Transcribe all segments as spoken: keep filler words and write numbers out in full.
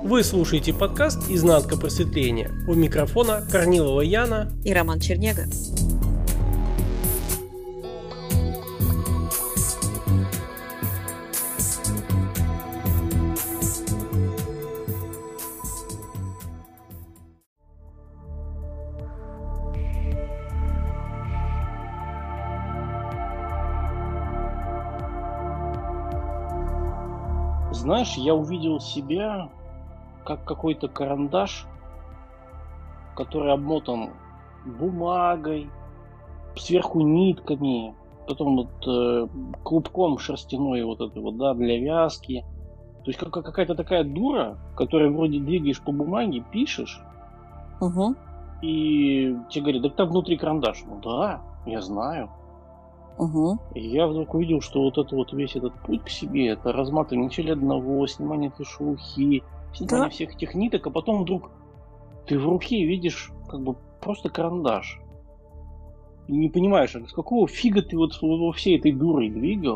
Вы слушаете подкаст «Изнанка просветления». У микрофона Корнилова Яна и Роман Чернега. Знаешь, я увидел себя как какой-то карандаш, который обмотан бумагой, сверху нитками, потом вот э, клубком шерстяной вот это вот, да, для вязки. То есть как, какая-то такая дура, которая вроде двигаешь по бумаге, пишешь, Угу. и тебе говорят, да там внутри карандаш. Ну да, я знаю. Угу. И я вдруг увидел, что вот это вот весь этот путь к себе, это разматывание начале одного, снимание этой шелухи, снимание Да. всех этих ниток, а потом вдруг ты в руке видишь как бы просто карандаш. И не понимаешь, а с какого фига ты вот во всей этой дурой двигал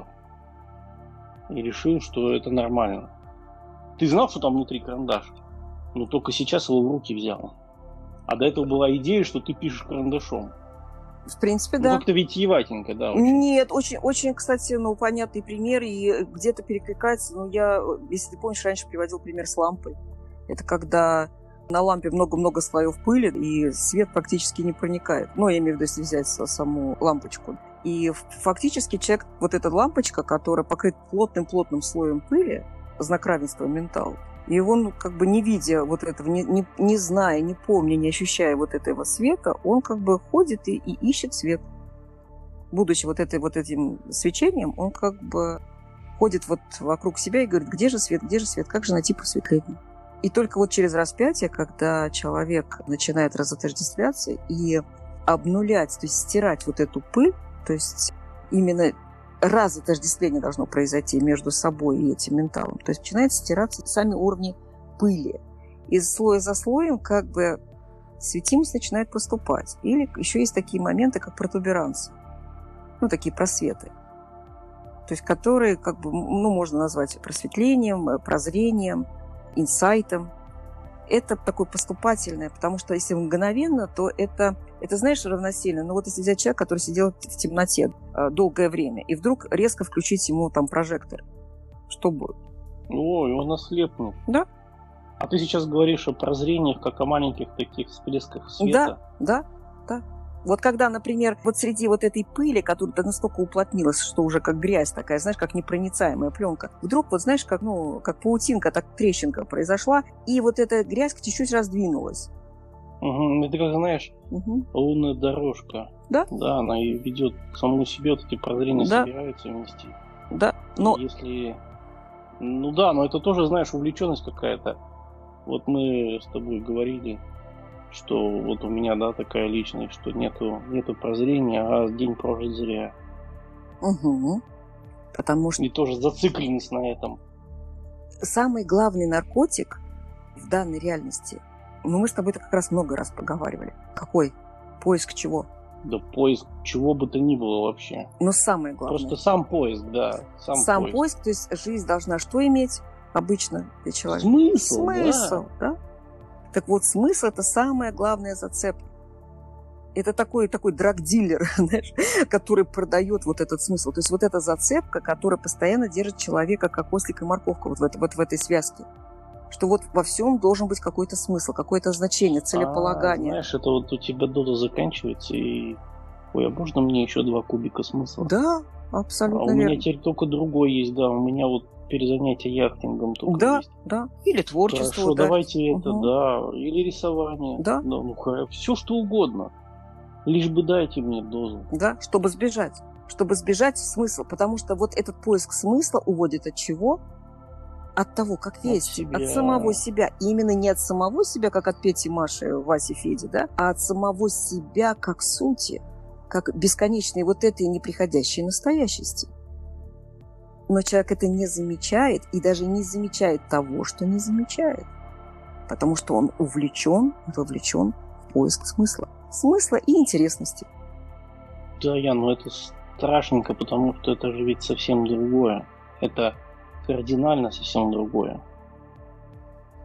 и решил, что это нормально. Ты знал, что там внутри карандаш, но только сейчас его в руки взял. А до этого была идея, что ты пишешь карандашом. В принципе, Ну, да. как-то витиеватенько, да. Очень. Нет, очень, очень, кстати, ну, понятный пример, и где-то перекликается. Ну, я, если ты помнишь, раньше приводил пример с лампой. Это когда на лампе много-много слоев пыли, и свет практически не проникает. Ну, я имею в виду, если взять саму лампочку. И фактически человек, вот эта лампочка, которая покрыта плотным-плотным слоем пыли, знак равенства ментал, и он, как бы не видя вот этого, не, не, не зная, не помня, не ощущая вот этого света, он как бы ходит и, и ищет свет. Будучи вот, этой, вот этим свечением, он как бы ходит вот вокруг себя и говорит, где же свет, где же свет, как же найти просветление. И только вот через распятие, когда человек начинает разотождествляться и обнулять, то есть стирать вот эту пыль, то есть именно разотождествление должно произойти между собой и этим менталом. То есть начинают стираться сами уровни пыли. И слой за слоем как бы светимость начинает поступать. Или еще есть такие моменты, как протуберанцы. Ну, такие просветы. То есть которые, как бы, ну, можно назвать просветлением, прозрением, инсайтом. Это такое поступательное, потому что если мгновенно, то это, это, знаешь, равносильно. Ну вот если взять человека, который сидел в темноте э, долгое время, и вдруг резко включить ему там прожектор, что будет? Ой, он ослепнет. Да. А ты сейчас говоришь о прозрениях, как о маленьких таких всплесках света. Да, да, да. Вот когда, например, вот среди вот этой пыли, которая настолько уплотнилась, что уже как грязь такая, знаешь, как непроницаемая пленка, вдруг, вот знаешь, как, ну, как паутинка, так трещинка произошла, и вот эта грязь чуть-чуть раздвинулась. Угу. Это как, знаешь, Угу. лунная дорожка. Да. Да, она и ведет к самому себе, вот эти прозрения Да. собираются вместе. Да, но... Если... Ну да, но это тоже, знаешь, увлеченность какая-то. Вот мы с тобой говорили, что вот у меня, да, такая личность, что нету, нету прозрения, а день прожит зря. Угу. Потому что И тоже зацикленность на этом. самый главный наркотик в данной реальности, ну, мы с тобой это как раз много раз проговаривали. Какой? Поиск чего? Да поиск чего бы то ни было вообще. Но самое главное. Просто сам поиск, да. Сам, Сам поиск. поиск, то есть жизнь должна что иметь обычно для человека? Смысл, Смысл, да. да? Так вот, смысл – это самая главная зацепка. Это такой, такой драг-дилер, знаешь, который продает вот этот смысл. То есть вот эта зацепка, которая постоянно держит человека, как ослик и морковка вот в, это, вот в этой связке. Что вот во всем должен быть какой-то смысл, какое-то значение, целеполагание. А, знаешь, это вот у тебя доза заканчивается, и... Ой, а можно мне еще два кубика смысла? Да, А абсолютно у меня верно. теперь только другой есть, да. У меня вот перезанятие яхтингом только Да, есть. да. Или творчество. Хорошо, да. давайте это, Мгм. да. Или рисование. Да. Ну, все что угодно. Лишь бы дайте мне дозу. Да, чтобы сбежать. Чтобы сбежать смысл. Потому что вот этот поиск смысла уводит от чего? От того, как весть. себя. От самого себя. И именно не от самого себя, как от Пети, Маши, Васи, Феди, да, а от самого себя как сути. Как бесконечной вот этой неприходящей настоящести. Но человек это не замечает и даже не замечает того, что не замечает. Потому что он увлечен, вовлечен в поиск смысла. Смысла и интересности. Да, Ян, ну это страшненько, потому что это же ведь совсем другое. Это кардинально совсем другое.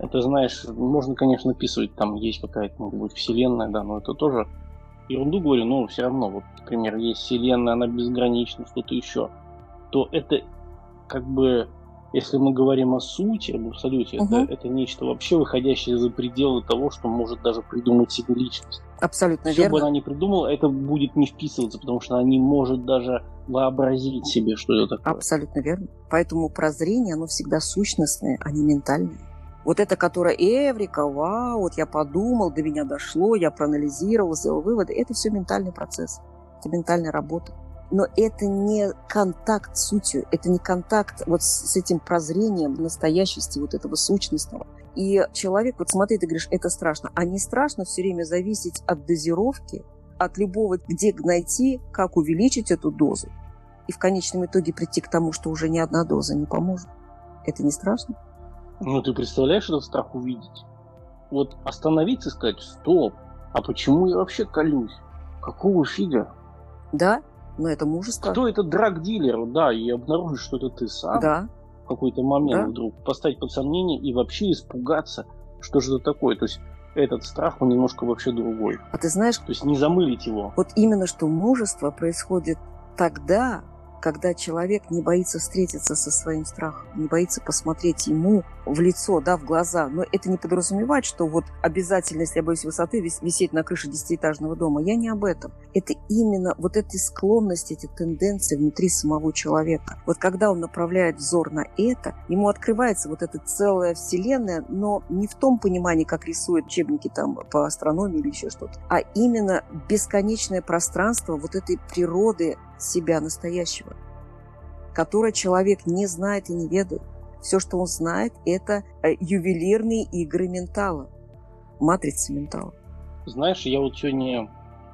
Это, знаешь, можно, конечно, описывать, там есть какая-то, может быть, вселенная, да, но это тоже ерунду говорю, но все равно, вот, например, есть вселенная, она безгранична, что-то еще, то это как бы, если мы говорим о сути, об абсолюте, Угу. это, это нечто вообще выходящее за пределы того, что может даже придумать себе личность. Абсолютно Что верно. бы она ни придумала, это будет не вписываться, потому что она не может даже вообразить себе, что это такое. Абсолютно верно. Поэтому прозрение, оно всегда сущностное, а не ментальное. Вот это, которое эврика, вау, вот я подумал, до меня дошло, я проанализировал, сделал выводы, это все ментальный процесс, это ментальная работа. Но это не контакт с сутью, это не контакт вот с этим прозрением настоящести вот этого сущностного. И человек, вот смотри, ты говоришь, это страшно. А не страшно все время зависеть от дозировки, от любого, где найти, как увеличить эту дозу. И в конечном итоге прийти к тому, что уже ни одна доза не поможет. Это не страшно? Ну, ты представляешь этот страх увидеть? Вот остановиться и сказать, стоп, а почему я вообще колюсь? Какого фига? Да, но это мужество. Кто этот драг-дилер? Да, и обнаружить, что это ты сам. Да. В какой-то момент Да. вдруг поставить под сомнение и вообще испугаться, что же это такое. То есть этот страх, он немножко вообще другой. А ты знаешь, То есть не замылить его. вот именно что мужество происходит тогда, когда человек не боится встретиться со своим страхом, не боится посмотреть ему в лицо, да, в глаза. Но это не подразумевает, что вот обязательно, если я боюсь высоты, висеть на крыше десятиэтажного дома. Я не об этом. Это именно вот эти склонности, эти тенденции внутри самого человека. Вот когда он направляет взор на это, ему открывается вот эта целая вселенная, но не в том понимании, как рисуют учебники там по астрономии или еще что-то, а именно бесконечное пространство вот этой природы себя настоящего, которое человек не знает и не ведает. Все, что он знает, это ювелирные игры ментала, матрицы ментала. Знаешь, я вот сегодня...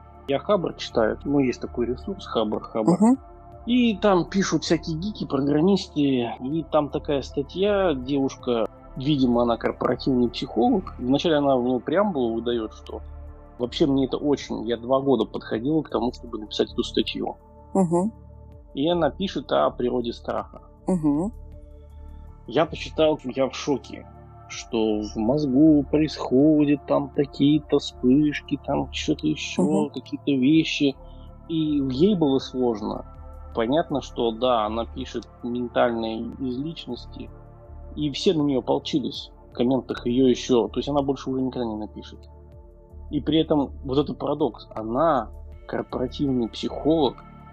Я Хабр читаю. Ну, есть такой ресурс Хабр, Хабр. Угу. И там пишут всякие гики, программисты. И там такая статья, девушка, видимо, она корпоративный психолог. Вначале она ну, преамбулу выдает, что вообще мне это очень... Я два года подходила к тому, чтобы написать эту статью. Угу. И она пишет о природе страха. Угу. Я почитал, я в шоке, что в мозгу происходят там какие-то вспышки, там что-то еще, Угу. какие-то вещи. И ей было сложно. Понятно, что да, она пишет ментальные из личности, и все на нее ополчились. В комментах ее еще, то есть она больше уже никогда не напишет. И при этом вот этот парадокс, она корпоративный психолог,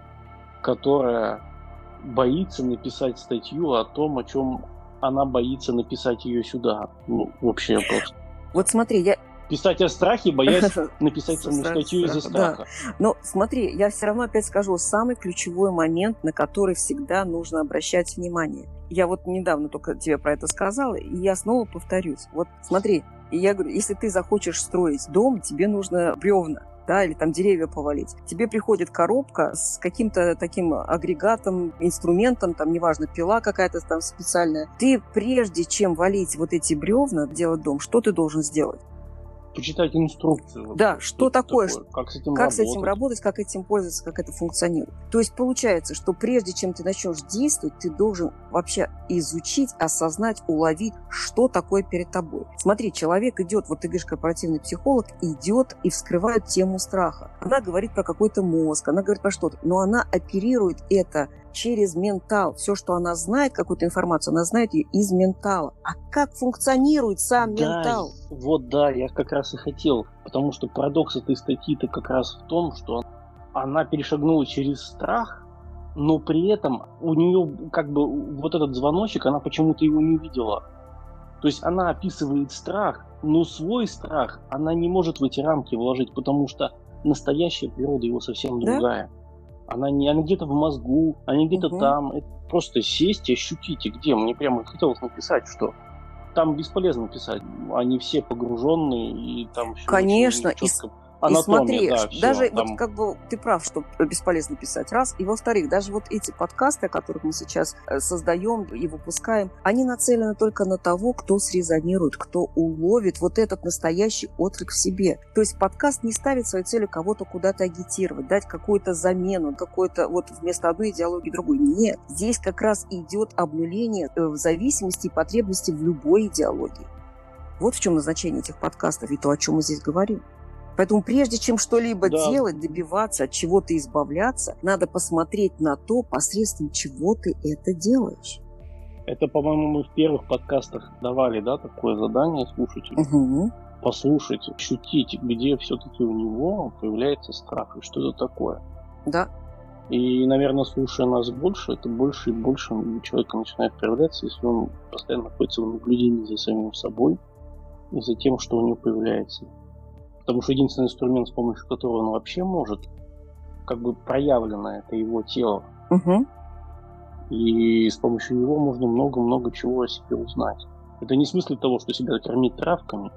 которая боится написать статью о том, о чем она боится написать ее сюда. Ну, вообще просто. Вот смотри, я... Писать о страхе, боясь написать саму статью из-за страха. Да. Но смотри, я все равно опять скажу, самый ключевой момент, на который всегда нужно обращать внимание. Я вот недавно только тебе про это сказала, и я снова повторюсь. Вот смотри, я говорю, если ты захочешь строить дом, тебе нужно бревна, да, или там деревья повалить. Тебе приходит коробка с каким-то таким агрегатом, инструментом, там, неважно, пила какая-то там специальная. Ты, прежде чем валить вот эти бревна, делать дом, что ты должен сделать? Почитать инструкцию. Да, что такое, такое? Как с этим как работать? с этим работать, как этим пользоваться, как это функционирует. То есть получается, что прежде чем ты начнешь действовать, ты должен вообще изучить, осознать, уловить, что такое перед тобой. Смотри, человек идет, вот ты говоришь, корпоративный психолог, идет и вскрывает тему страха. Она говорит про какой-то мозг, она говорит про что-то, но она оперирует это через ментал. Все, что она знает, какую-то информацию, она знает ее из ментала. А как функционирует сам Да, ментал? вот да, я как раз и хотел. Потому что парадокс этой статьи-то как раз в том, что она перешагнула через страх, но при этом у нее как бы вот этот звоночек, она почему-то его не увидела. То есть она описывает страх, но свой страх она не может в эти рамки вложить, потому что настоящая природа его совсем Да? другая. Она не она где-то в мозгу, она не где-то Мгм. там. Это просто сесть и ощутите, где. Мне прямо хотелось написать, что там бесполезно писать. Они все погруженные, и там все Конечно, очень и четко. И смотри, да, ш- всё, даже там- вот как бы ты прав, что бесполезно писать, раз. И во-вторых, даже вот эти подкасты, о которых мы сейчас э, создаем и выпускаем, они нацелены только на того, кто срезонирует, кто уловит вот этот настоящий отклик в себе. То есть подкаст не ставит своей целью кого-то куда-то агитировать, дать какую-то замену, какой-то вот вместо одной идеологии другой. Нет, здесь как раз идет обнуление э, в зависимости и потребности в любой идеологии. Вот в чем назначение этих подкастов и то, о чем мы здесь говорим. Поэтому прежде чем что-либо Да. делать, добиваться, от чего-то избавляться, надо посмотреть на то, посредством чего ты это делаешь. Это, по-моему, мы в первых подкастах давали, да, такое задание слушателю. Угу. Послушать, ощутить, где все-таки у него появляется страх и что это такое. Да. И, наверное, слушая нас больше, это больше и больше у человека начинает проявляться, если он постоянно находится в наблюдении за самим собой и за тем, что у него появляется. Потому что единственный инструмент, с помощью которого он вообще может, как бы проявлено, это его тело. Угу. И с помощью него можно много-много чего о себе узнать. Это не в смысле того, что себя кормить травками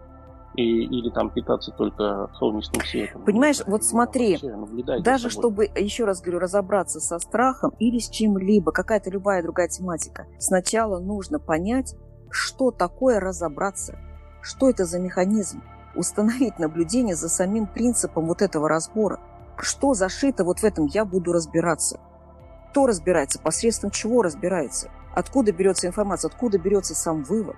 и, или там питаться только солнечным светом. Понимаешь, Это, вот смотри, даже чтобы, еще раз говорю, разобраться со страхом или с чем-либо, какая-то любая другая тематика, сначала нужно понять, что такое разобраться, что это за механизм, установить наблюдение за самим принципом вот этого разбора. Что зашито вот в этом «я буду разбираться». Кто разбирается, посредством чего разбирается, откуда берется информация, откуда берется сам вывод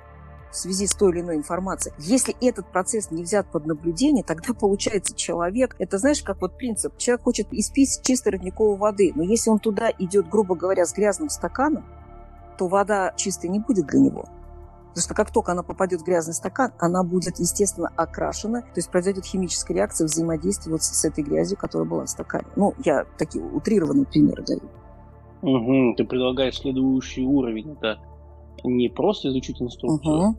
в связи с той или иной информацией. Если этот процесс не взят под наблюдение, тогда получается человек, это знаешь, как вот принцип, человек хочет испить чистой родниковой воды, но если он туда идет, грубо говоря, с грязным стаканом, то вода чистой не будет для него. Потому что как только она попадет в грязный стакан, она будет, естественно, окрашена, то есть произойдет химическая реакция взаимодействия вот с этой грязью, которая была в стакане. Ну, я такие утрированные примеры даю. Угу. Ты предлагаешь следующий уровень. Это не просто изучить инструкцию, угу.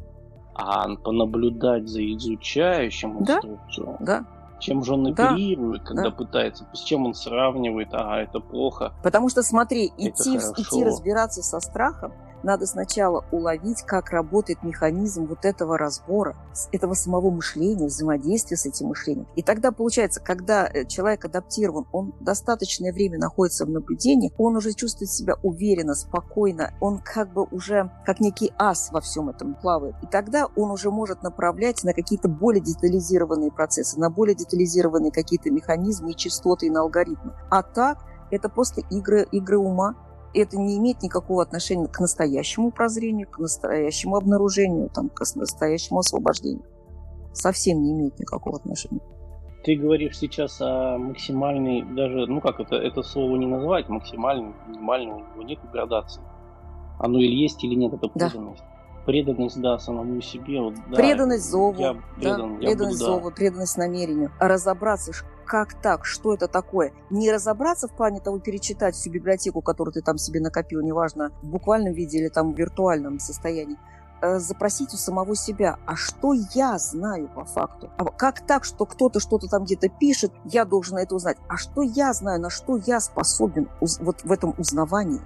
а понаблюдать за изучающим да? инструкцию. Да. Чем же он оперирует, да. когда да. пытается, с чем он сравнивает, ага, это плохо. Потому что, смотри, идти, в, идти разбираться со страхом, надо сначала уловить, как работает механизм вот этого разбора, этого самого мышления, взаимодействия с этим мышлением. И тогда получается, когда человек адаптирован, он достаточное время находится в наблюдении, он уже чувствует себя уверенно, спокойно, он как бы уже как некий ас во всем этом плавает. И тогда он уже может направлять на какие-то более детализированные процессы, на более детализированные какие-то механизмы и частоты, и на алгоритмы. А так, это просто игры, игры ума. Это не имеет никакого отношения к настоящему прозрению, к настоящему обнаружению, там, к настоящему освобождению. Совсем не имеет никакого отношения. Ты говоришь сейчас о максимальной, даже, ну как это, это слово не назвать, максимальный, минимальный, у него нет градации. Оно или есть, или нет, это преданность. Да. Преданность, да, самому себе. Вот, да, преданность зову, я предан, да, я преданность буду, зову, да. преданность намерению. А разобраться, как так, что это такое. Не разобраться в плане того, перечитать всю библиотеку, которую ты там себе накопил, неважно, в буквальном виде или там в виртуальном состоянии. Запросить у самого себя, а что я знаю по факту? А как так, что кто-то что-то там где-то пишет, я должен это узнать? А что я знаю, на что я способен вот в этом узнавании?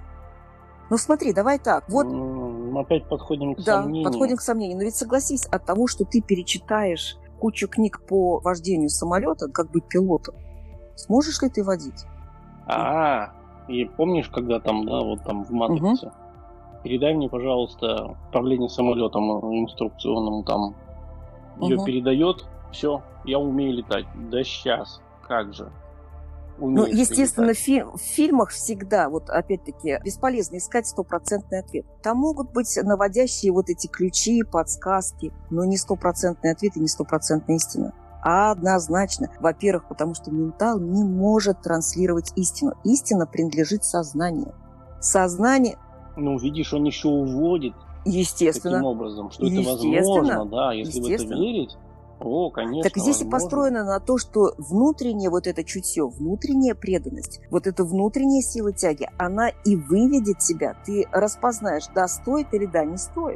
Ну смотри, давай так. Вот, Мы опять подходим к да, сомнению. подходим к сомнению. Но ведь согласись, от того, что ты перечитаешь кучу книг по вождению самолета, как быть пилотом, сможешь ли ты водить? А, и помнишь, когда там, да, вот там в матрице, угу. передай мне, пожалуйста, управление самолетом инструкционным там, ее угу. передает, все, я умею летать. Да сейчас, как же. Ну, естественно, фи- в фильмах всегда, вот опять-таки, бесполезно искать стопроцентный ответ. Там могут быть наводящие вот эти ключи, подсказки, но не стопроцентный ответ и не стопроцентная истина. А однозначно. Во-первых, потому что ментал не может транслировать истину. Истина принадлежит сознанию. Сознание... Ну, видишь, он еще уводит. Естественно. Таким образом, что это возможно, да, если в это верить. О, конечно, так здесь возможно. И построено на то, что внутреннее вот это чутье, внутренняя преданность, вот эта внутренняя сила тяги, она и выведет тебя. Ты распознаешь, да, стоит или да, не стоит.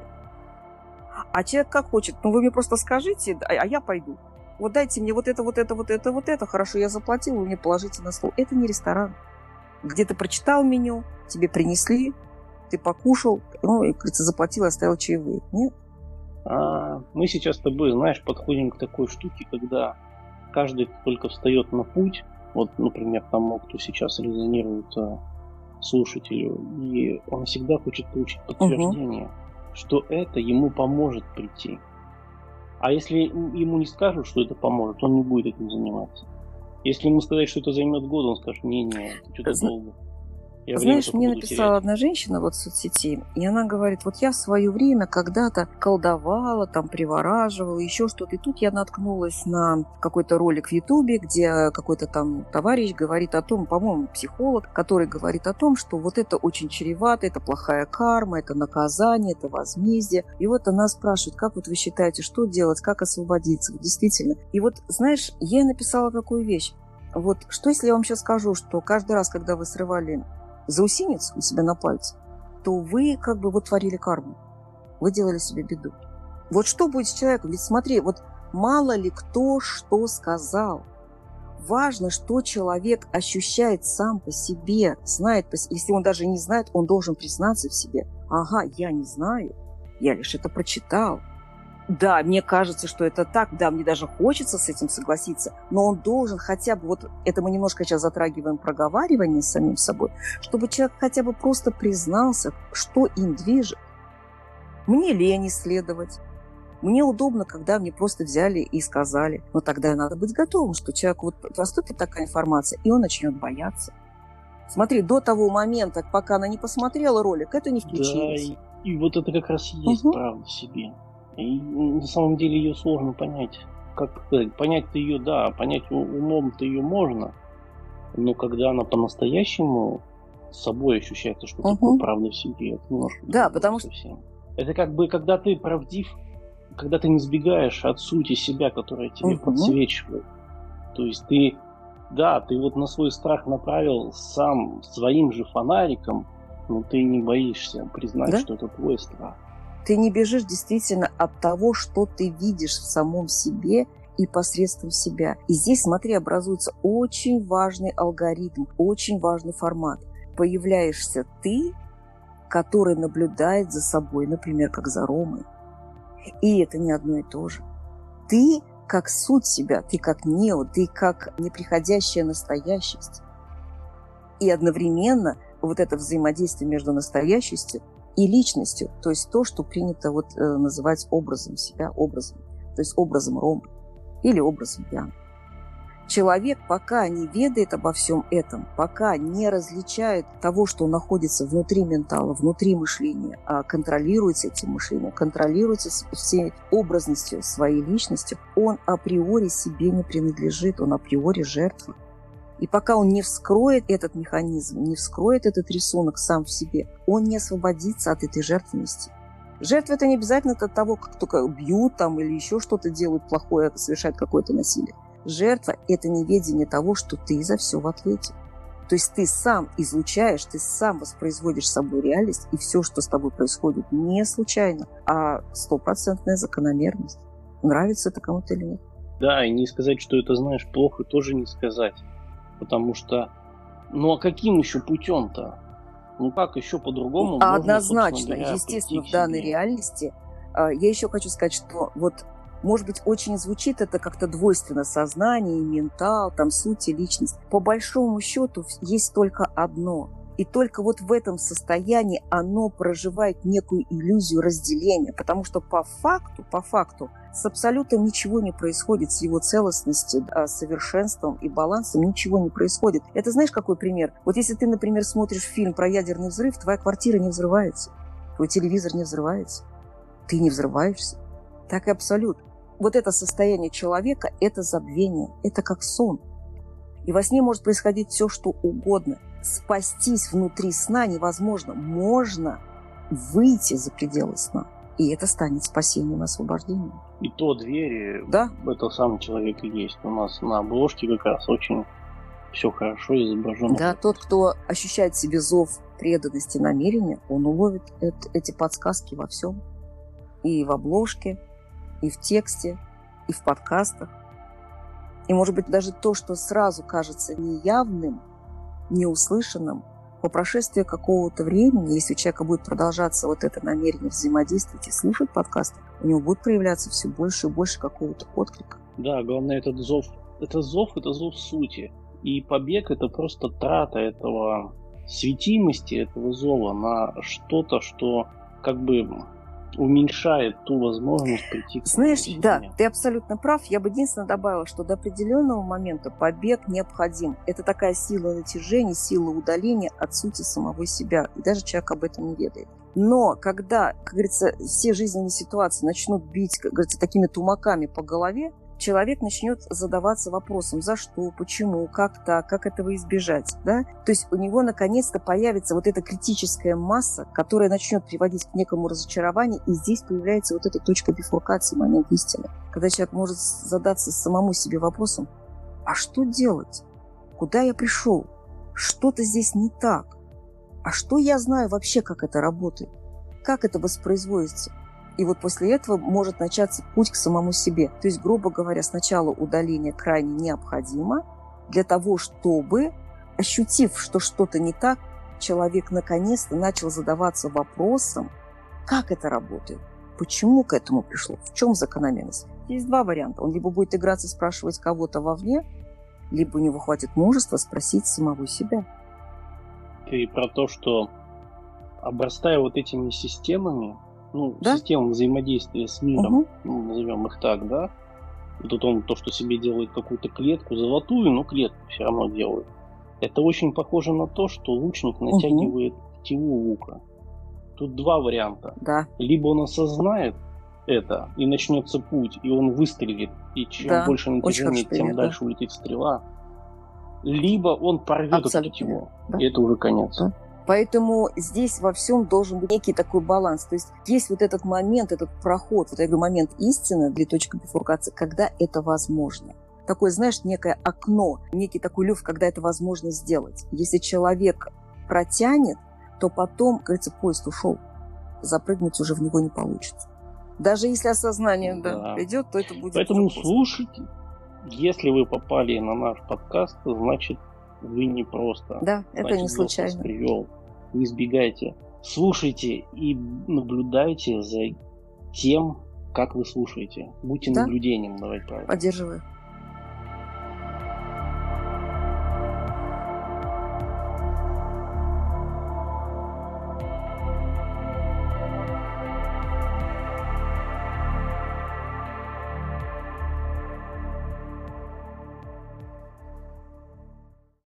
А человек как хочет, ну вы мне просто скажите, а я пойду. Вот дайте мне вот это, вот это, вот это, вот это, хорошо, я заплатил, вы мне положите на стол. Это не ресторан, где ты прочитал меню, тебе принесли, ты покушал, ну и, говорится, заплатил, оставил чаевые. Нет. А, мы сейчас с тобой, знаешь, подходим к такой штуке, когда каждый только встает на путь, вот, например, тому, кто сейчас резонирует а, слушателю, и он всегда хочет получить подтверждение, угу. что это ему поможет прийти. А если ему не скажут, что это поможет, он не будет этим заниматься. Если ему сказать, что это займет год, он скажет, не-не, что-то долго. Я Знаешь, мне написала терять. одна женщина вот в соцсети, и она говорит, вот я в свое время когда-то колдовала, там привораживала, еще что-то. И тут я наткнулась на какой-то ролик в Ютубе, где какой-то там товарищ говорит о том, по-моему, психолог, который говорит о том, что вот это очень чревато, это плохая карма, это наказание, это возмездие. И вот она спрашивает, как вот вы считаете, что делать, как освободиться? Действительно. И вот, знаешь, я написала такую вещь. Вот что, если я вам сейчас скажу, что каждый раз, когда вы срывали заусенец у себя на пальце, то вы как бы вот творили карму. Вы делали себе беду. Вот что будет с человеком? Ведь смотри, вот мало ли кто что сказал. Важно, что человек ощущает сам по себе, знает, если он даже не знает, он должен признаться в себе. Ага, я не знаю, я лишь это прочитал. Да, мне кажется, что это так, да, мне даже хочется с этим согласиться, но он должен хотя бы, вот это мы немножко сейчас затрагиваем проговаривание с самим собой, чтобы человек хотя бы просто признался, что им движет. Мне лень исследовать. Мне удобно, когда мне просто взяли и сказали. Но тогда надо быть готовым, что человеку вот поступит такая информация, и он начнет бояться. Смотри, до того момента, пока она не посмотрела ролик, это не включилось. Да, и, и вот это как раз и есть угу. правда себе. И на самом деле ее сложно понять. Как сказать, понять-то ее, да, понять умом-то ее можно, но когда она по-настоящему с собой ощущается, что угу. такое правда в себе, это немножко да, потому что совсем. Это как бы, когда ты правдив, когда ты не сбегаешь от сути себя, которая тебе угу. подсвечивает. То есть ты, да, ты вот на свой страх направил сам своим же фонариком, но ты не боишься признать, да? что это твой страх. Ты не бежишь действительно от того, что ты видишь в самом себе и посредством себя. И здесь, смотри, образуется очень важный алгоритм, очень важный формат. Появляешься ты, который наблюдает за собой, например, как за Ромой. И это не одно и то же. Ты как суть себя, ты как нео, ты как неприходящая настоящесть. И одновременно вот это взаимодействие между настоящестью и личностью, то есть то, что принято вот, э, называть образом себя, образом, то есть образом Ромы или образом Яны. Человек, пока не ведает обо всем этом, пока не различает того, что находится внутри ментала, внутри мышления, а контролируется этим мышлением, контролируется всей образностью своей личностью, он априори себе не принадлежит, он априори жертва. И пока он не вскроет этот механизм, не вскроет этот рисунок сам в себе, он не освободится от этой жертвенности. Жертва – это не обязательно от того, как только бьют там, или еще что-то делают плохое, совершают какое-то насилие. Жертва – это неведение того, что ты за все в ответе. То есть ты сам излучаешь, ты сам воспроизводишь собой реальность, и все, что с тобой происходит, не случайно, а стопроцентная закономерность. Нравится это кому-то или нет? Да, и не сказать, что это, знаешь, плохо, тоже не сказать. Потому что, ну а каким еще путем-то? Ну как еще по-другому? А однозначно, говоря, естественно, в данной реальности. Я еще хочу сказать, что вот, может быть, очень звучит это как-то двойственно: сознание, ментал, там суть и личность. По большому счету есть только одно. И только вот в этом состоянии оно проживает некую иллюзию разделения, потому что по факту, по факту с абсолютом ничего не происходит, с его целостностью, совершенством и балансом ничего не происходит. Это знаешь, какой пример? Вот если ты, например, смотришь фильм про ядерный взрыв, твоя квартира не взрывается, твой телевизор не взрывается, ты не взрываешься. Так и абсолют. Вот это состояние человека – это забвение, это как сон. И во сне может происходить все, что угодно. Спастись внутри сна невозможно. Можно выйти за пределы сна. И это станет спасением и освобождением. И то двери, да? Это сам человек и есть. У нас на обложке как раз очень все хорошо изображено. Да, тот, кто ощущает в себе зов преданности, намерения, он уловит это, эти подсказки во всем. И в обложке, и в тексте, и в подкастах. И, может быть, даже то, что сразу кажется неявным, неуслышанным, по прошествии какого-то времени, если у человека будет продолжаться вот это намерение взаимодействовать и слушать подкасты, у него будет проявляться все больше и больше какого-то отклика. Да, главное, этот зов, это зов, это зов сути. И побег – это просто трата этого светимости, этого зова на что-то, что как бы уменьшает ту возможность прийти к Знаешь, себе. да, ты абсолютно прав. Я бы единственное добавила, что до определенного момента побег необходим. Это такая сила натяжения, сила удаления от сути самого себя. И даже человек об этом не ведает. Но когда, как говорится, все жизненные ситуации начнут бить, как говорится, такими тумаками по голове, человек начнет задаваться вопросом, за что, почему, как так, как этого избежать. Да? То есть у него наконец-то появится вот эта критическая масса, которая начнет приводить к некому разочарованию, и здесь появляется вот эта точка бифуркации, момент истины. Когда человек может задаться самому себе вопросом, а что делать? Куда я пришел? Что-то здесь не так. А что я знаю вообще, как это работает? Как это воспроизводится? И вот после этого может начаться путь к самому себе. То есть, грубо говоря, сначала удаление крайне необходимо для того, чтобы, ощутив, что что-то не так, человек наконец-то начал задаваться вопросом, как это работает, почему к этому пришло, в чем закономерность. Есть два варианта. Он либо будет играться, спрашивать кого-то вовне, либо у него хватит мужества спросить самого себя. Ты про то, что обрастая вот этими системами, ну, Да? системам взаимодействия с миром, Угу. ну, назовем их так, да, вот он то, что себе делает какую-то клетку, золотую, но клетку все равно делает. Это очень похоже на то, что лучник натягивает тетиву лука. Тут два варианта. Да. Либо он осознает это, и начнется путь, и он выстрелит, и чем Да, больше очень натяжения, хороший тем пример, да. дальше улетит стрела. Либо он порвет эту Абсолютно тетиву, верно, да. и это уже конец. Да. Поэтому здесь во всем должен быть некий такой баланс. То есть есть вот этот момент, этот проход, вот я говорю, момент истины для точки бифуркации, когда это возможно. Такое, знаешь, некое окно, некий такой люфт, когда это возможно сделать. Если человек протянет, то потом, как говорится, поезд ушел. Запрыгнуть уже в него не получится. Даже если осознание да, Да. придет, то это будет... Поэтому уже поздно. слушайте. Если вы попали на наш подкаст, значит, вы не просто. Да, это Значит, не Бог вас случайно. привел. Не избегайте. Слушайте и наблюдайте за тем, как вы слушаете. Будьте Да. наблюдением, давай правильно. Поддерживаю.